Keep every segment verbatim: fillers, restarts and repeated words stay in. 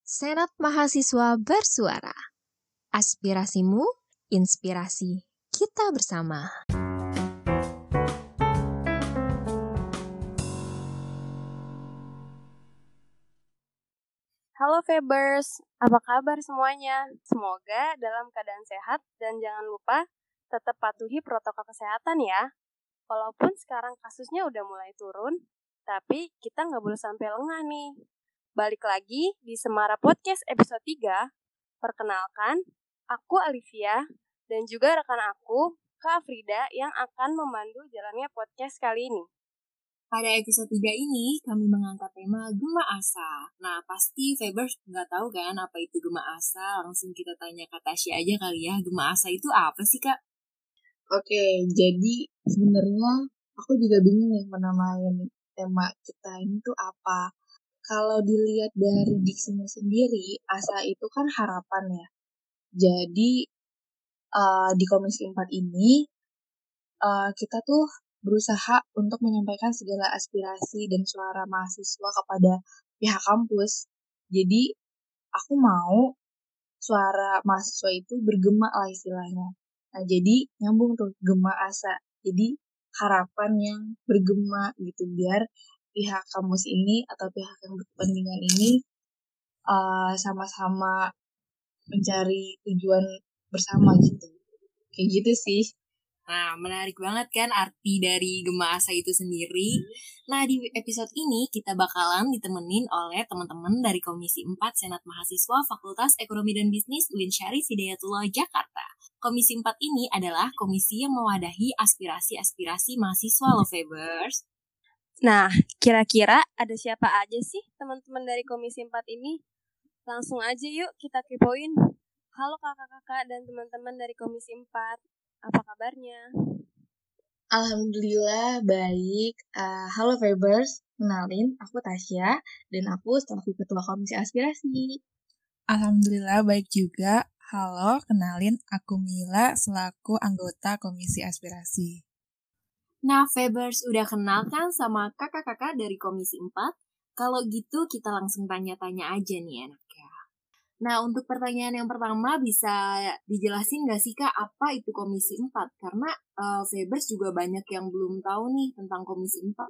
Senat Mahasiswa Bersuara. Aspirasimu, inspirasi kita bersama. Halo Febers, apa kabar semuanya? Semoga dalam keadaan sehat dan jangan lupa tetap patuhi protokol kesehatan ya. Walaupun sekarang kasusnya udah mulai turun, tapi kita nggak boleh sampai lengah nih. Balik lagi di Semara Podcast episode tiga. Perkenalkan, aku Alivia dan juga rekan aku, Kak Frida yang akan memandu jalannya podcast kali ini. Pada episode tiga ini, kami mengangkat tema Gema Asa. Nah, pasti Febers nggak tahu kan apa itu Gema Asa. Langsung kita tanya Kak Tasya aja kali ya. Gema Asa itu apa sih, Kak? Oke, jadi sebenarnya aku juga bingung nih menamain tema kita ini tuh apa. Kalau dilihat dari diksinya sendiri, asa itu kan harapan ya. Jadi uh, di Komisi empat ini, uh, kita tuh berusaha untuk menyampaikan segala aspirasi dan suara mahasiswa kepada pihak kampus. Jadi aku mau suara mahasiswa itu bergema lah istilahnya. Nah, jadi nyambung tuh gema asa. Jadi harapan yang bergema gitu biar pihak kampus ini atau pihak yang berkepentingan ini uh, sama-sama mencari tujuan bersama gitu. Kayak gitu sih. Nah, menarik banget kan arti dari Gema Asa itu sendiri. Nah, di episode ini kita bakalan ditemenin oleh teman-teman dari Komisi empat Senat Mahasiswa Fakultas Ekonomi dan Bisnis U I N Syarif Hidayatullah Jakarta. Komisi empat ini adalah komisi yang mewadahi aspirasi-aspirasi mahasiswa loh, Febers. Nah, kira-kira ada siapa aja sih teman-teman dari Komisi empat ini? Langsung aja yuk kita kepoin. Halo kakak-kakak dan teman-teman dari Komisi empat. Apa kabarnya? Alhamdulillah baik. Uh, halo Febers, kenalin aku Tasya dan aku selaku Ketua Komisi Aspirasi. Alhamdulillah baik juga. Halo, kenalin aku Mila selaku anggota Komisi Aspirasi. Nah, Febers udah kenal kan sama kakak-kakak dari Komisi empat? Kalau gitu kita langsung tanya-tanya aja nih enaknya. Nah, untuk pertanyaan yang pertama bisa dijelasin nggak sih Kak apa itu Komisi empat? Karena uh, Febers juga banyak yang belum tahu nih tentang Komisi empat.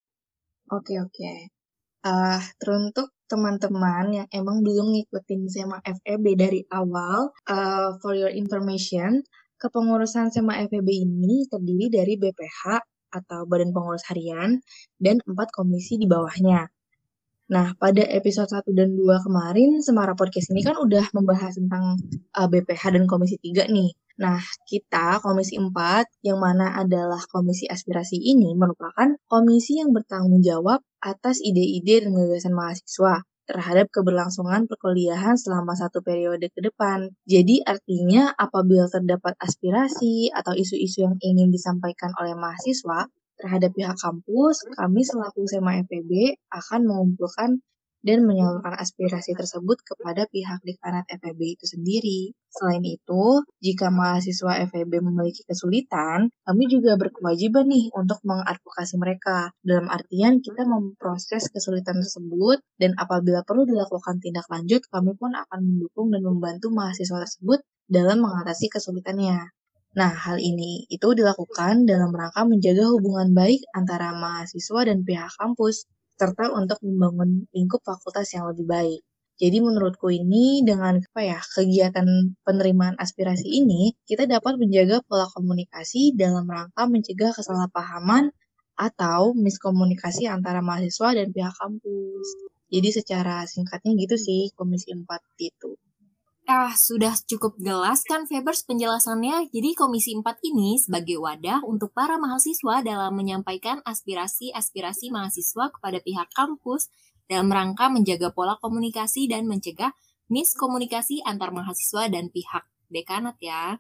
Oke, oke. Uh, teruntuk teman-teman yang emang belum ngikutin SEMA F E B dari awal, uh, for your information, kepengurusan SEMA F E B ini terdiri dari B P H atau Badan Pengurus Harian dan empat komisi di bawahnya. Nah, pada episode satu dan dua kemarin, Semara Podcast ini kan udah membahas tentang uh, B P H dan Komisi tiga nih. Nah, kita Komisi empat, yang mana adalah Komisi Aspirasi ini, merupakan komisi yang bertanggung jawab atas ide-ide dan gagasan mahasiswa terhadap keberlangsungan perkuliahan selama satu periode ke depan. Jadi artinya apabila terdapat aspirasi atau isu-isu yang ingin disampaikan oleh mahasiswa terhadap pihak kampus, kami selaku SEMA F E B akan mengumpulkan dan menyalurkan aspirasi tersebut kepada pihak dekanat F E B itu sendiri. Selain itu, jika mahasiswa F E B memiliki kesulitan, kami juga berkewajiban nih untuk mengadvokasi mereka. Dalam artian kita memproses kesulitan tersebut dan apabila perlu dilakukan tindak lanjut, kami pun akan mendukung dan membantu mahasiswa tersebut dalam mengatasi kesulitannya. Nah, hal ini itu dilakukan dalam rangka menjaga hubungan baik antara mahasiswa dan pihak kampus, serta untuk membangun lingkup fakultas yang lebih baik. Jadi menurutku ini dengan apa ya kegiatan penerimaan aspirasi ini, kita dapat menjaga pola komunikasi dalam rangka mencegah kesalahpahaman atau miskomunikasi antara mahasiswa dan pihak kampus. Jadi secara singkatnya gitu sih Komisi empat itu. Ah, sudah cukup jelas kan Febers penjelasannya. Jadi Komisi empat ini sebagai wadah untuk para mahasiswa dalam menyampaikan aspirasi-aspirasi mahasiswa kepada pihak kampus dalam rangka menjaga pola komunikasi dan mencegah miskomunikasi antar mahasiswa dan pihak dekanat ya.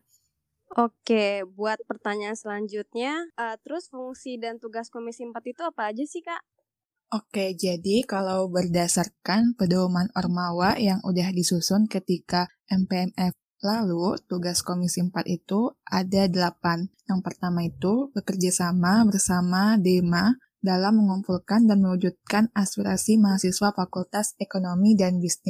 Oke, buat pertanyaan selanjutnya, uh, terus fungsi dan tugas Komisi empat itu apa aja sih Kak? Oke, jadi kalau berdasarkan pedoman Ormawa yang udah disusun ketika M P M F lalu, tugas Komisi empat itu ada delapan. Yang pertama itu bekerja sama bersama D E M A dalam mengumpulkan dan mewujudkan aspirasi mahasiswa Fakultas Ekonomi dan Bisnis.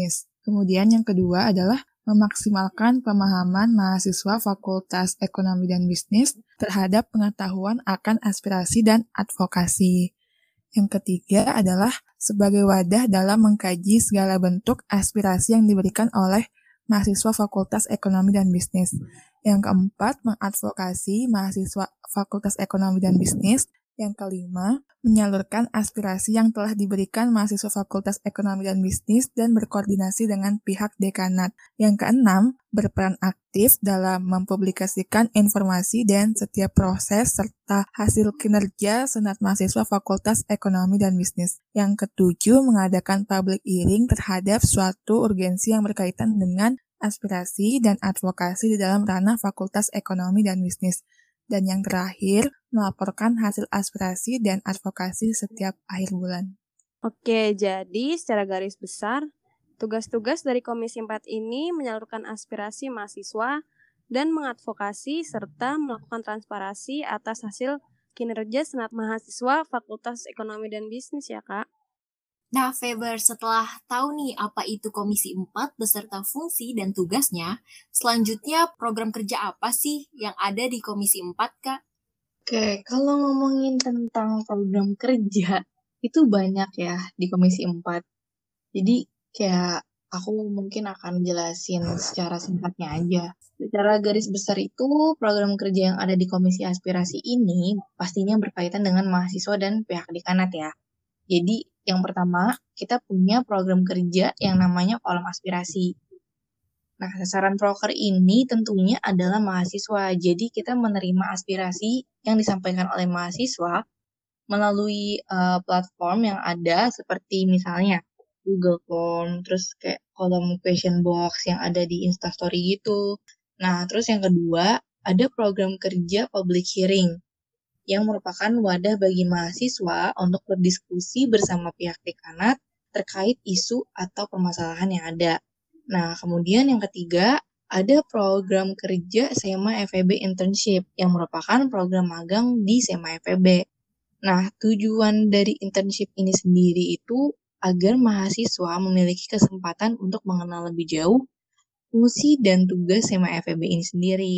Kemudian yang kedua adalah memaksimalkan pemahaman mahasiswa Fakultas Ekonomi dan Bisnis terhadap pengetahuan akan aspirasi dan advokasi. Yang ketiga adalah sebagai wadah dalam mengkaji segala bentuk aspirasi yang diberikan oleh mahasiswa Fakultas Ekonomi dan Bisnis. Yang keempat, mengadvokasi mahasiswa Fakultas Ekonomi dan Bisnis. Yang kelima, menyalurkan aspirasi yang telah diberikan mahasiswa Fakultas Ekonomi dan Bisnis dan berkoordinasi dengan pihak dekanat. Yang keenam, berperan aktif dalam mempublikasikan informasi dan setiap proses serta hasil kinerja Senat Mahasiswa Fakultas Ekonomi dan Bisnis. Yang ketujuh, mengadakan public hearing terhadap suatu urgensi yang berkaitan dengan aspirasi dan advokasi di dalam ranah Fakultas Ekonomi dan Bisnis. Dan yang terakhir, melaporkan hasil aspirasi dan advokasi setiap akhir bulan. Oke, jadi secara garis besar, tugas-tugas dari Komisi empat ini menyalurkan aspirasi mahasiswa dan mengadvokasi serta melakukan transparansi atas hasil kinerja Senat Mahasiswa Fakultas Ekonomi dan Bisnis ya, Kak. Nah, Feber, setelah tahu nih apa itu Komisi empat beserta fungsi dan tugasnya, selanjutnya program kerja apa sih yang ada di Komisi empat, Kak? Oke, kalau ngomongin tentang program kerja, itu banyak ya di Komisi empat. Jadi kayak aku mungkin akan jelasin secara singkatnya aja. Secara garis besar itu, program kerja yang ada di Komisi Aspirasi ini pastinya berkaitan dengan mahasiswa dan pihak dekanat ya. Jadi yang pertama, kita punya program kerja yang namanya kolom aspirasi. Nah, sasaran proker ini tentunya adalah mahasiswa. Jadi kita menerima aspirasi yang disampaikan oleh mahasiswa melalui uh, platform yang ada seperti misalnya Google Form, terus kayak kolom question box yang ada di Instastory gitu. Nah, terus yang kedua, ada program kerja public hearing yang merupakan wadah bagi mahasiswa untuk berdiskusi bersama pihak dekanat terkait isu atau permasalahan yang ada. Nah, kemudian yang ketiga, ada program kerja S E M A F E B Internship yang merupakan program magang di S E M A F E B. Nah, tujuan dari internship ini sendiri itu agar mahasiswa memiliki kesempatan untuk mengenal lebih jauh fungsi dan tugas S E M A F E B ini sendiri.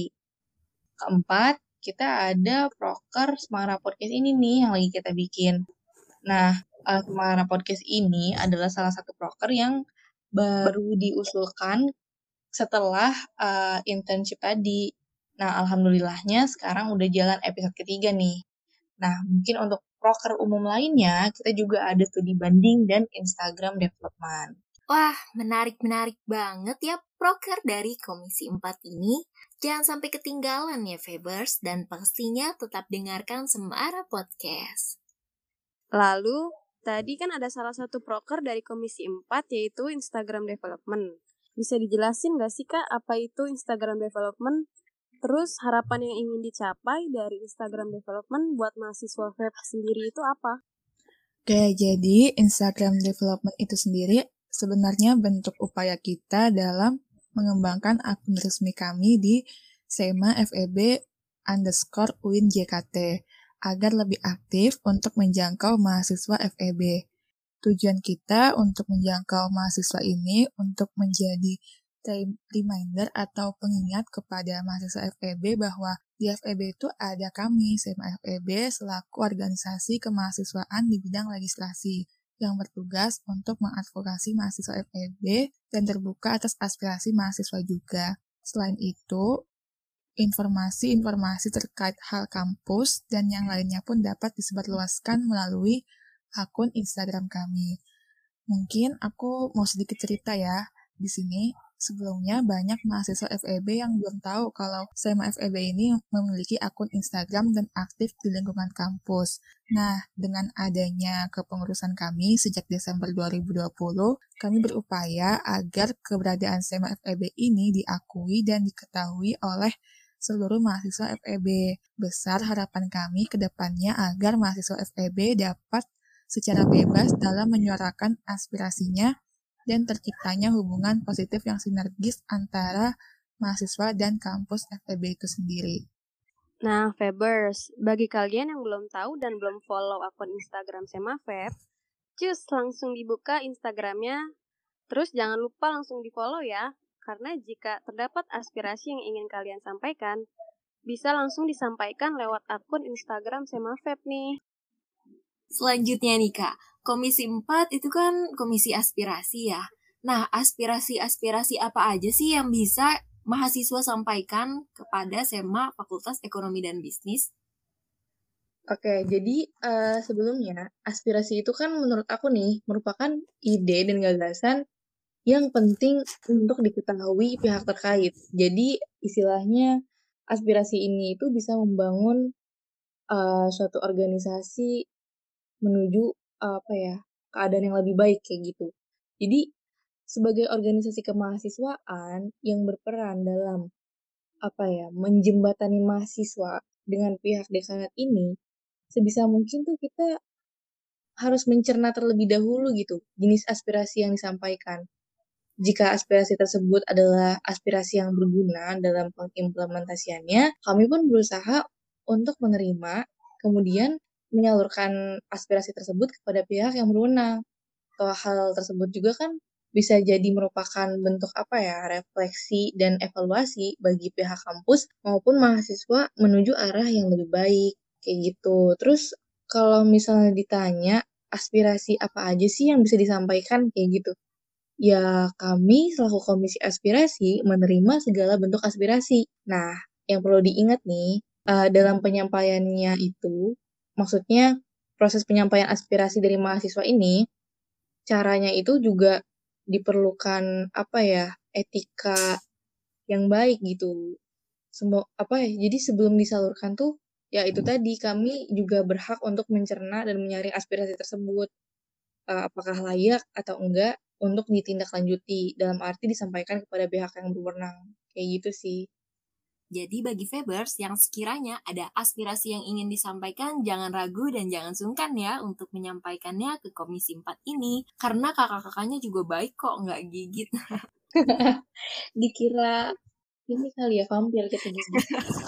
Keempat, kita ada proker Semara Podcast ini nih yang lagi kita bikin. Nah, uh, Semara Podcast ini adalah salah satu proker yang baru diusulkan setelah uh, internship tadi. Nah, alhamdulillahnya sekarang udah jalan episode ketiga nih. Nah, mungkin untuk proker umum lainnya, kita juga ada studi banding dan Instagram development. Wah, menarik-menarik banget ya proker dari Komisi empat ini. Jangan sampai ketinggalan ya Febers, dan pastinya tetap dengarkan Semara Podcast. Lalu, tadi kan ada salah satu proker dari Komisi empat yaitu Instagram Development. Bisa dijelasin gak sih Kak apa itu Instagram Development? Terus harapan yang ingin dicapai dari Instagram Development buat mahasiswa web sendiri itu apa? Oke, jadi Instagram Development itu sendiri sebenarnya bentuk upaya kita dalam mengembangkan akun resmi kami di S E M A F E B underscore U I N J K T agar lebih aktif untuk menjangkau mahasiswa F E B. Tujuan kita untuk menjangkau mahasiswa ini untuk menjadi time reminder atau pengingat kepada mahasiswa F E B bahwa di F E B itu ada kami, S E M A F E B, selaku organisasi kemahasiswaan di bidang legislasi yang bertugas untuk mengadvokasi mahasiswa F E B dan terbuka atas aspirasi mahasiswa juga. Selain itu, informasi-informasi terkait hal kampus dan yang lainnya pun dapat disebarluaskan melalui akun Instagram kami. Mungkin aku mau sedikit cerita ya di sini. Sebelumnya banyak mahasiswa F E B yang belum tahu kalau S E M A F E B ini memiliki akun Instagram dan aktif di lingkungan kampus. Nah, dengan adanya kepengurusan kami sejak Desember dua ribu dua puluh, kami berupaya agar keberadaan S E M A F E B ini diakui dan diketahui oleh seluruh mahasiswa F E B. Besar harapan kami ke depannya agar mahasiswa F E B dapat secara bebas dalam menyuarakan aspirasinya dan terciptanya hubungan positif yang sinergis antara mahasiswa dan kampus F E B itu sendiri. Nah, Febers, bagi kalian yang belum tahu dan belum follow akun Instagram S E M A F E B, cus langsung dibuka Instagramnya Terus jangan lupa langsung di-follow ya, karena jika terdapat aspirasi yang ingin kalian sampaikan, bisa langsung disampaikan lewat akun Instagram SemaFeb nih. Selanjutnya nih Kak, Komisi empat itu kan komisi aspirasi ya. Nah, aspirasi-aspirasi apa aja sih yang bisa mahasiswa sampaikan kepada Sema Fakultas Ekonomi dan Bisnis? Oke, jadi uh, sebelumnya aspirasi itu kan menurut aku nih merupakan ide dan gagasan yang penting untuk diketahui pihak terkait. Jadi istilahnya aspirasi ini itu bisa membangun uh, suatu organisasi menuju uh, apa ya keadaan yang lebih baik kayak gitu. Jadi sebagai organisasi kemahasiswaan yang berperan dalam apa ya menjembatani mahasiswa dengan pihak dekanat ini, sebisa mungkin tuh kita harus mencerna terlebih dahulu gitu jenis aspirasi yang disampaikan. Jika aspirasi tersebut adalah aspirasi yang berguna dalam pengimplementasiannya, kami pun berusaha untuk menerima, kemudian menyalurkan aspirasi tersebut kepada pihak yang berwenang. Atau hal tersebut juga kan bisa jadi merupakan bentuk apa ya, refleksi dan evaluasi bagi pihak kampus maupun mahasiswa menuju arah yang lebih baik, kayak gitu. Terus kalau misalnya ditanya, aspirasi apa aja sih yang bisa disampaikan kayak gitu? Ya, kami selaku komisi aspirasi menerima segala bentuk aspirasi. Nah, yang perlu diingat nih, uh, dalam penyampaiannya itu, maksudnya proses penyampaian aspirasi dari mahasiswa ini, caranya itu juga diperlukan apa ya, etika yang baik gitu. Semua apa ya, jadi sebelum disalurkan tuh, ya itu tadi kami juga berhak untuk mencerna dan menyaring aspirasi tersebut. Uh, apakah layak atau enggak untuk ditindaklanjuti, dalam arti disampaikan kepada pihak yang berwenang. Kayak gitu sih. Jadi bagi Febers yang sekiranya ada aspirasi yang ingin disampaikan, jangan ragu dan jangan sungkan ya untuk menyampaikannya ke Komisi empat ini. Karena kakak-kakaknya juga baik kok, nggak gigit. Dikira ini kali ya vampir kita gigit.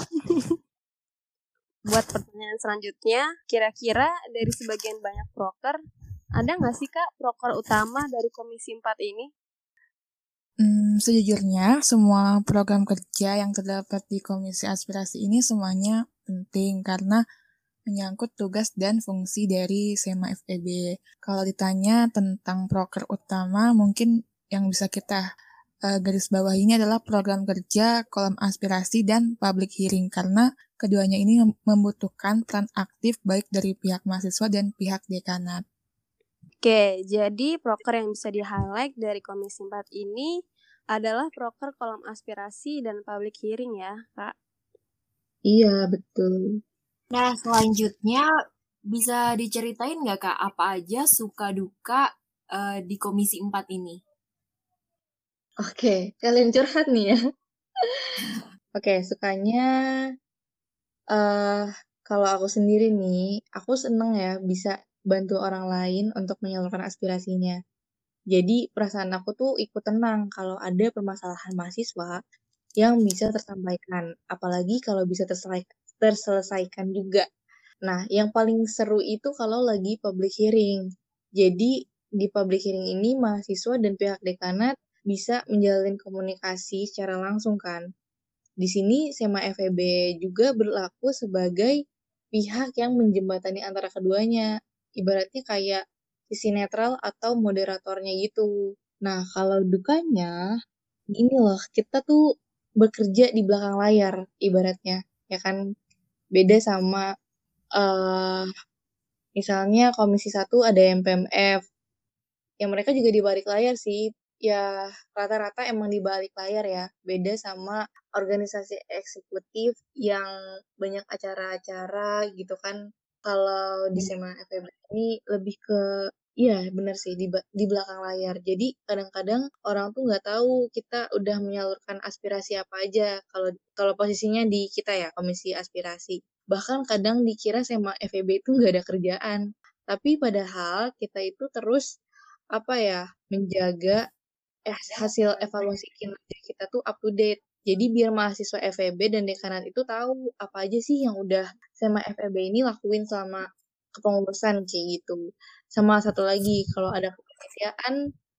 Buat pertanyaan selanjutnya, kira-kira dari sebagian banyak proker, ada nggak sih Kak proker utama dari Komisi empat ini? Hmm, sejujurnya, semua program kerja yang terdapat di Komisi Aspirasi ini semuanya penting karena menyangkut tugas dan fungsi dari Sema F E B. Kalau ditanya tentang proker utama, mungkin yang bisa kita uh, garis bawah ini adalah program kerja, kolom aspirasi, dan public hearing karena keduanya ini membutuhkan peran aktif baik dari pihak mahasiswa dan pihak dekanat. Oke, jadi proker yang bisa di-highlight dari Komisi empat ini adalah proker kolom aspirasi dan public hearing ya, Kak? Iya, betul. Nah, selanjutnya bisa diceritain nggak Kak, apa aja suka-duka uh, di Komisi empat ini? Oke, kalian curhat nih ya. Oke, sukanya uh, kalau aku sendiri nih, aku seneng ya bisa bantu orang lain untuk menyalurkan aspirasinya. Jadi perasaan aku tuh ikut tenang kalau ada permasalahan mahasiswa yang bisa tersampaikan, apalagi kalau bisa terselesaikan juga. Nah, yang paling seru itu kalau lagi public hearing. Jadi di public hearing ini mahasiswa dan pihak dekanat bisa menjalin komunikasi secara langsung kan. Di sini Sema F E B juga berlaku sebagai pihak yang menjembatani antara keduanya. Ibaratnya kayak sisi netral atau moderatornya gitu. Nah, kalau dukanya, ini loh, kita tuh bekerja di belakang layar, ibaratnya. Ya kan, beda sama, uh, misalnya Komisi satu ada M P M F. Ya, mereka juga di balik layar sih. Ya, rata-rata emang di balik layar ya. Beda sama organisasi eksekutif yang banyak acara-acara gitu kan. Kalau di Sema F E B ini lebih ke, iya benar sih, di, di belakang layar. Jadi kadang-kadang orang tuh nggak tahu kita udah menyalurkan aspirasi apa aja. Kalau kalau posisinya di kita ya, komisi aspirasi. Bahkan kadang dikira Sema F E B itu nggak ada kerjaan. Tapi padahal kita itu terus, apa ya, menjaga eh, hasil evaluasi kinerja kita tuh up to date. Jadi biar mahasiswa F E B dan dekanat itu tahu apa aja sih yang udah Sema F E B ini lakuin selama kepengurusan kayak gitu. Sama satu lagi, kalau ada kepanitiaan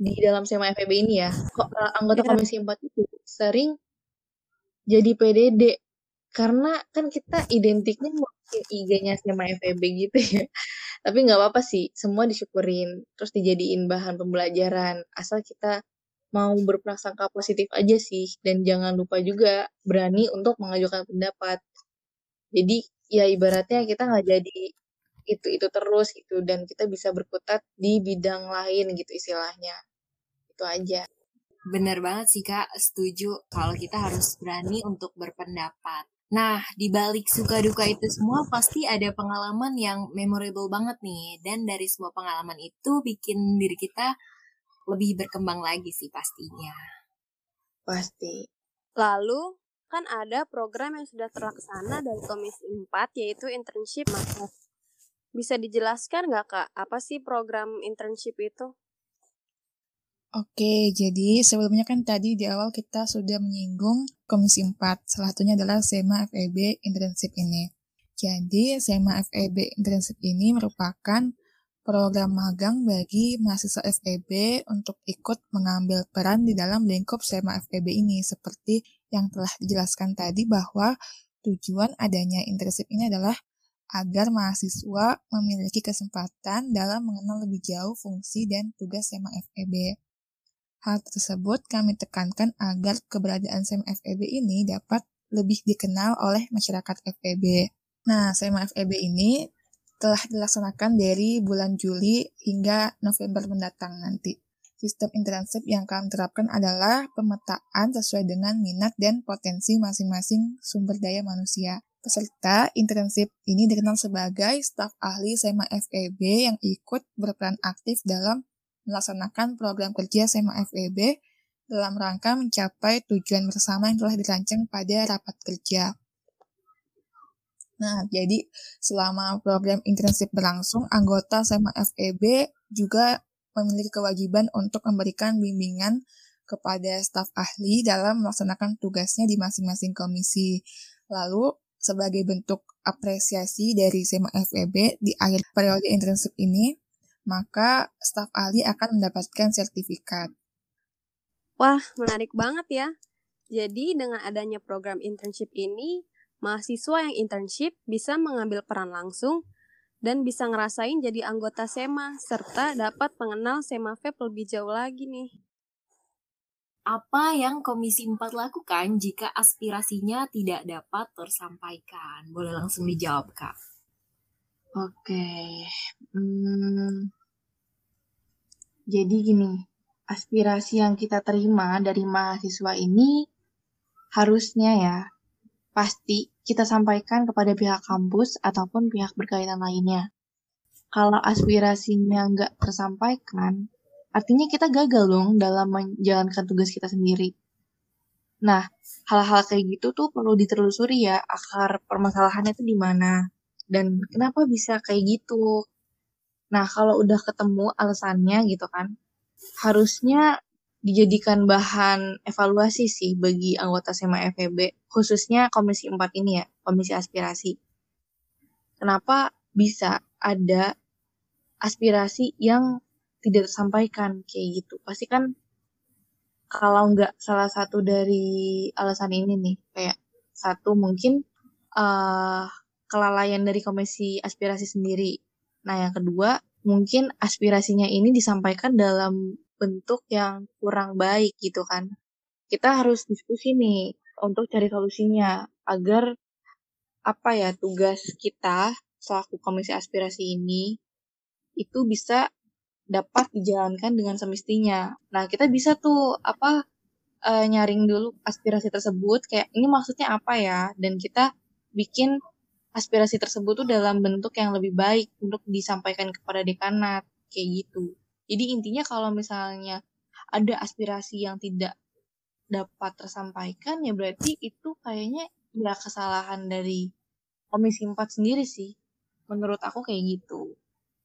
di dalam SEMA F E B ini ya, kok uh, anggota Iya. Komisi empat itu sering jadi P D D. Karena kan kita identiknya mungkin I G-nya SEMA F E B gitu ya. Tapi nggak apa-apa sih, semua disyukurin. Terus dijadiin bahan pembelajaran. Asal kita mau berprasangka positif aja sih. Dan jangan lupa juga berani untuk mengajukan pendapat. Jadi ya ibaratnya kita nggak jadi itu-itu terus gitu. Dan kita bisa berkutat di bidang lain gitu istilahnya. Itu aja. Bener banget sih Kak, setuju kalau kita harus berani untuk berpendapat. Nah, di balik suka duka itu semua pasti ada pengalaman yang memorable banget nih. Dan dari semua pengalaman itu bikin diri kita lebih berkembang lagi sih pastinya. Pasti. Lalu, kan ada program yang sudah terlaksana dari Komisi empat, yaitu internship, Mas. Bisa dijelaskan nggak, Kak, apa sih program internship itu? Oke, jadi sebelumnya kan tadi di awal kita sudah menyinggung Komisi empat, salah satunya adalah SEMA F E B Internship ini. Jadi, SEMA F E B Internship ini merupakan program magang bagi mahasiswa F E B untuk ikut mengambil peran di dalam lingkup SEMA F E B ini, seperti yang telah dijelaskan tadi bahwa tujuan adanya internship ini adalah agar mahasiswa memiliki kesempatan dalam mengenal lebih jauh fungsi dan tugas SEMA F E B. Hal tersebut kami tekankan agar keberadaan SEMA F E B ini dapat lebih dikenal oleh masyarakat F E B. Nah, SEMA F E B ini telah dilaksanakan dari bulan Juli hingga November mendatang nanti. Sistem internship yang kami terapkan adalah pemetaan sesuai dengan minat dan potensi masing-masing sumber daya manusia. Peserta internship ini dikenal sebagai staf ahli SEMA F E B yang ikut berperan aktif dalam melaksanakan program kerja SEMA F E B dalam rangka mencapai tujuan bersama yang telah dirancang pada rapat kerja. Nah, jadi selama program internship berlangsung, anggota SEMA F E B juga memiliki kewajiban untuk memberikan bimbingan kepada staf ahli dalam melaksanakan tugasnya di masing-masing komisi. Lalu, sebagai bentuk apresiasi dari SEMA F E B di akhir periode internship ini, maka staf ahli akan mendapatkan sertifikat. Wah, menarik banget ya. Jadi dengan adanya program internship ini, mahasiswa yang internship bisa mengambil peran langsung dan bisa ngerasain jadi anggota SEMA, serta dapat mengenal SEMA F E B lebih jauh lagi nih. Apa yang Komisi empat lakukan jika aspirasinya tidak dapat tersampaikan? Boleh langsung dijawab, Kak. Oke, hmm, jadi gini, aspirasi yang kita terima dari mahasiswa ini harusnya ya, pasti kita sampaikan kepada pihak kampus ataupun pihak berkaitan lainnya. Kalau aspirasinya nggak tersampaikan, artinya kita gagal dong dalam menjalankan tugas kita sendiri. Nah, hal-hal kayak gitu tuh perlu ditelusuri ya, akar permasalahannya tuh di mana. Dan kenapa bisa kayak gitu? Nah, kalau udah ketemu alasannya gitu kan, harusnya dijadikan bahan evaluasi sih bagi anggota SEMA F E B, khususnya Komisi empat ini ya, Komisi Aspirasi. Kenapa bisa ada aspirasi yang tidak tersampaikan kayak gitu? Pasti kan kalau nggak salah satu dari alasan ini nih, kayak satu mungkin uh, kelalaian dari Komisi Aspirasi sendiri. Nah, yang kedua, mungkin aspirasinya ini disampaikan dalam bentuk yang kurang baik gitu kan. Kita harus diskusi nih untuk cari solusinya agar apa ya tugas kita selaku Komisi Aspirasi ini itu bisa dapat dijalankan dengan semestinya. Nah, kita bisa tuh apa uh, nyaring dulu aspirasi tersebut kayak ini maksudnya apa ya, dan kita bikin aspirasi tersebut tuh dalam bentuk yang lebih baik untuk disampaikan kepada dekanat, kayak gitu. Jadi intinya kalau misalnya ada aspirasi yang tidak dapat tersampaikan, ya berarti itu kayaknya ya kesalahan dari Komisi empat sendiri sih. Menurut aku kayak gitu.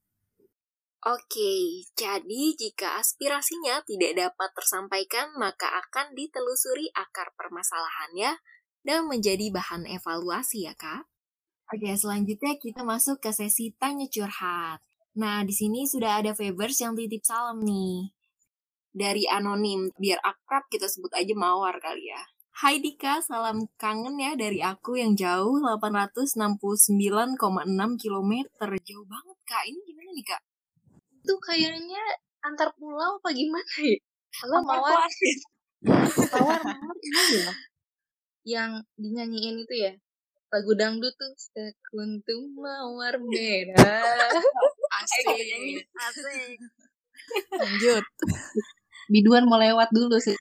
Oke, jadi jika aspirasinya tidak dapat tersampaikan, maka akan ditelusuri akar permasalahannya dan menjadi bahan evaluasi ya, Kak? Oke, selanjutnya kita masuk ke sesi tanya curhat. Nah, di sini sudah ada Febers yang titip salam nih. dari anonim. Biar akrab kita sebut aja Mawar kali ya. Hai Dika, salam kangen ya dari aku yang jauh delapan ratus enam puluh sembilan koma enam kilometer. Jauh banget Kak, ini gimana nih Kak? Itu kayaknya antar pulau apa gimana ya? Kalau Mawar, Planet. Mawar, Mawar ini ya, yang dinyanyiin itu ya, lagu dangdut tuh, sekuntum mawar merah. Asik. Asik. Lanjut. Biduan mau lewat dulu sih.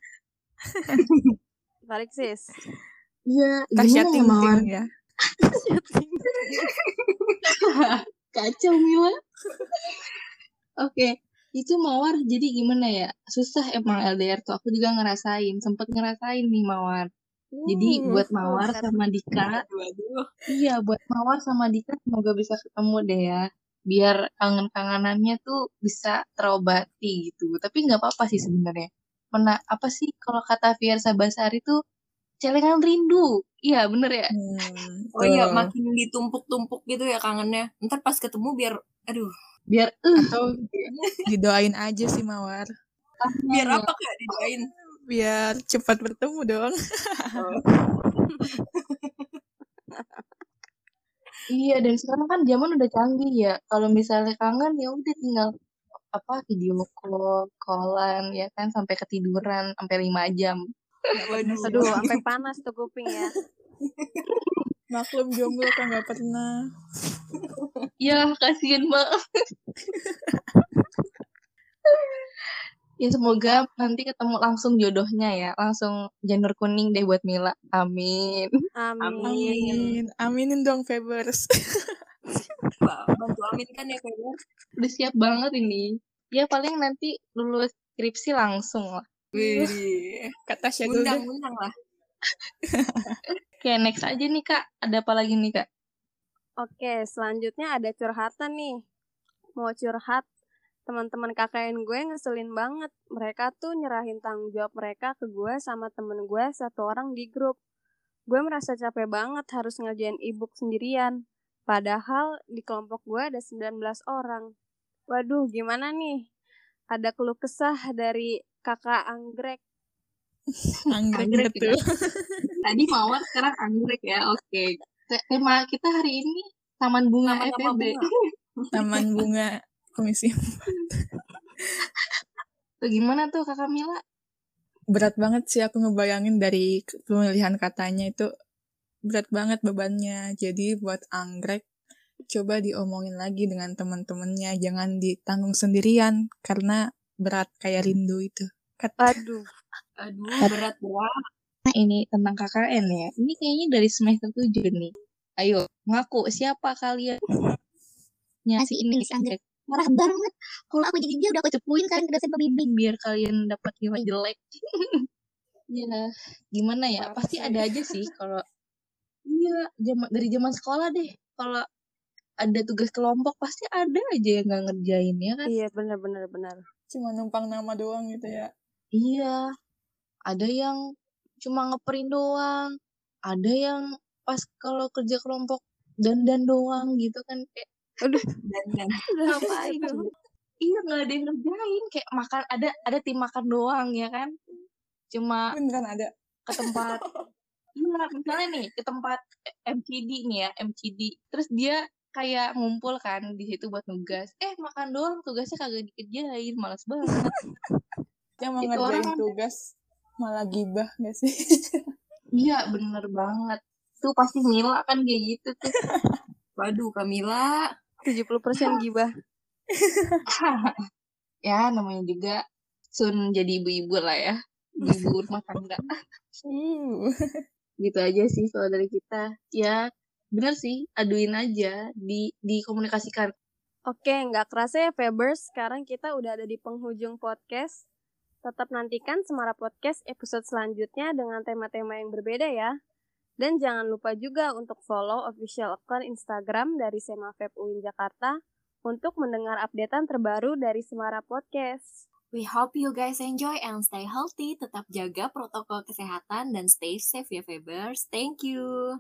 Balik sis. Iya, Tasya gimana ya Mawar? ting-ting ya. Kacau Mila. Oke, itu Mawar jadi gimana ya? Susah emang L D R tuh. Aku juga ngerasain, sempet ngerasain nih Mawar. Jadi Uh, buat Mawar sama Dika, Waduh. iya buat Mawar sama Dika semoga bisa ketemu deh ya. Biar kangen-kangenannya tuh bisa terobati gitu. Tapi nggak apa-apa sih sebenarnya. Pernah apa sih kalau kata Fiersa Basari tuh celengan rindu. Iya bener ya. Hmm, Oh iya, tuh. makin ditumpuk-tumpuk gitu ya kangennya. Ntar pas ketemu biar, aduh, Biar uh, Atau didoain aja sih Mawar. biar apa Kak didoain? Biar cepat bertemu dong. iya dan sekarang kan zaman udah canggih ya. Kalau misalnya kangen ya udah tinggal apa video call, callan ya kan sampai ketiduran sampai lima jam. Waduh. Aduh, sampai panas tuh kuping ya. Maklum jomblo kan nggak pernah. Ya kasihan banget. Ya semoga nanti ketemu langsung jodohnya ya. Langsung janur kuning deh buat Mila. Amin. Amin. Amin. Aminin dong Febers. Bantu amin kan ya Feber. Udah siap banget ini. Ya paling nanti lulus skripsi langsung lah. Wih, Kata Tasya dulu deh. undang-undang lah. Oke next aja nih Kak. Ada apa lagi nih Kak? Oke, selanjutnya ada curhatan nih. Mau curhat, teman-teman K K N gue ngeselin banget. Mereka tuh nyerahin tanggung jawab mereka ke gue sama temen gue satu orang di grup. Gue merasa capek banget harus ngerjain e-book sendirian. Padahal di kelompok gue ada sembilan belas orang. Waduh, gimana nih? Ada keluh kesah dari kakak anggrek. Anggrek Anggrek gitu. Tadi Mawar sekarang anggrek ya. Oke. Tema kita hari ini Taman Bunga F E Nama-nama B. bunga. Taman bunga komisi. Tuh gimana tuh Kakak Mila? Berat banget sih aku ngebayangin dari pemilihan katanya itu. Berat banget bebannya. Jadi buat anggrek, coba diomongin lagi dengan teman-temannya. Jangan ditanggung sendirian karena berat kayak rindu itu. Kata. Aduh. Aduh, berat-berat. Nah ini tentang K K N ya. Ini kayaknya dari semester tujuh nih. Ayo ngaku siapa kalian? Ya si ini anggrek. Marah banget. Kalau aku jadi dia udah aku cepuin kan ke dosen pembimbing biar kalian dapat nilai jelek. Ya gimana ya? Parah Pasti sih. ada aja sih kalau iya zaman dari zaman sekolah deh. Kalau ada tugas kelompok pasti ada aja yang nggak ngerjain ya kan? Iya, benar-benar benar. Cuma numpang nama doang gitu ya. Iya. Ada yang cuma ngeprint doang. Ada yang pas kalau kerja kelompok dandan doang gitu kan kayak Aduh, Dan-dan. ngapain? Iya nggak ada yang ngerjain kayak makan ada ada tim makan doang ya kan? Cuma Beneran ada. ke tempat iya misalnya nih ke tempat M C D nih ya M C D terus dia kayak ngumpul kan di situ buat nugas eh makan doang tugasnya kagak dikerjain malas banget. Yang mau Itu ngerjain orang- tugas malah gibah gak sih? Iya bener banget tuh pasti Mila kan kayak gitu tuh. Waduh, Kamila. tujuh puluh persen gibah. Ya namanya juga sun jadi ibu-ibu lah ya ibu rumah tangga. Uh. Gitu aja sih kalau dari kita ya bener sih aduin aja di dikomunikasikan. Oke, nggak kerasa ya Febers, sekarang kita udah ada di penghujung podcast. Tetap nantikan Semara Podcast episode selanjutnya dengan tema-tema yang berbeda ya. Dan jangan lupa juga untuk follow official account Instagram dari Semafeb U I N Jakarta untuk mendengar updatean terbaru dari Semara Podcast. We hope you guys enjoy and stay healthy. Tetap jaga protokol kesehatan dan stay safe ya Febers. Thank you.